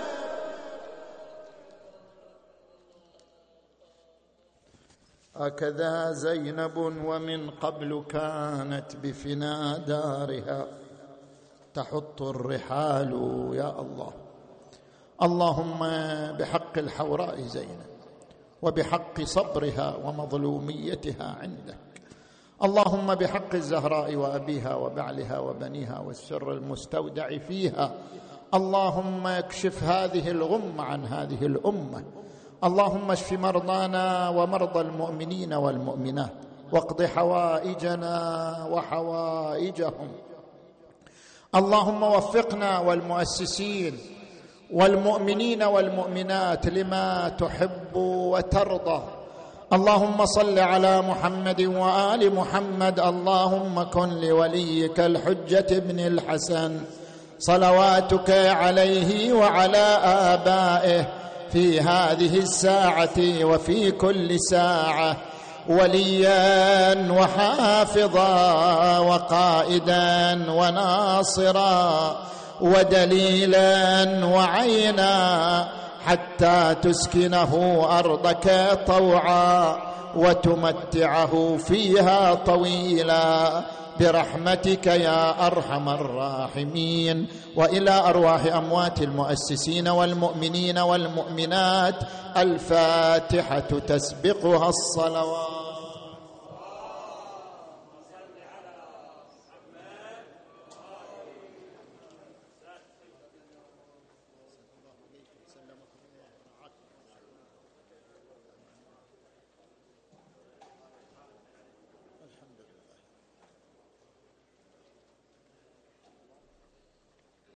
هكذا زينب ومن قبل كانت بفنا دارها تحط الرحال. يا الله اللهم بحق الحوراء زينب وبحق صبرها ومظلوميتها عندك، اللهم بحق الزهراء وأبيها وبعلها وبنيها والسر المستودع فيها، اللهم اكشف هذه الغمة عن هذه الأمة اللهم اشف مرضانا ومرضى المؤمنين والمؤمنات واقض حوائجنا وحوائجهم. اللهم وفقنا والمؤسسين والمؤمنين والمؤمنات لما تحب وترضى. اللهم صل على محمد وآل محمد. اللهم كن لوليك الحجة بن الحسن صلواتك عليه وعلى آبائه في هذه الساعة وفي كل ساعة وليا وحافظا وقائدا وناصرا ودليلا وعينا، حتى تسكنه أرضك طوعا وتمتعه فيها طويلا برحمتك يا أرحم الراحمين. وإلى أرواح أموات المؤسسين والمؤمنين والمؤمنات الفاتحة تسبقها الصلوات.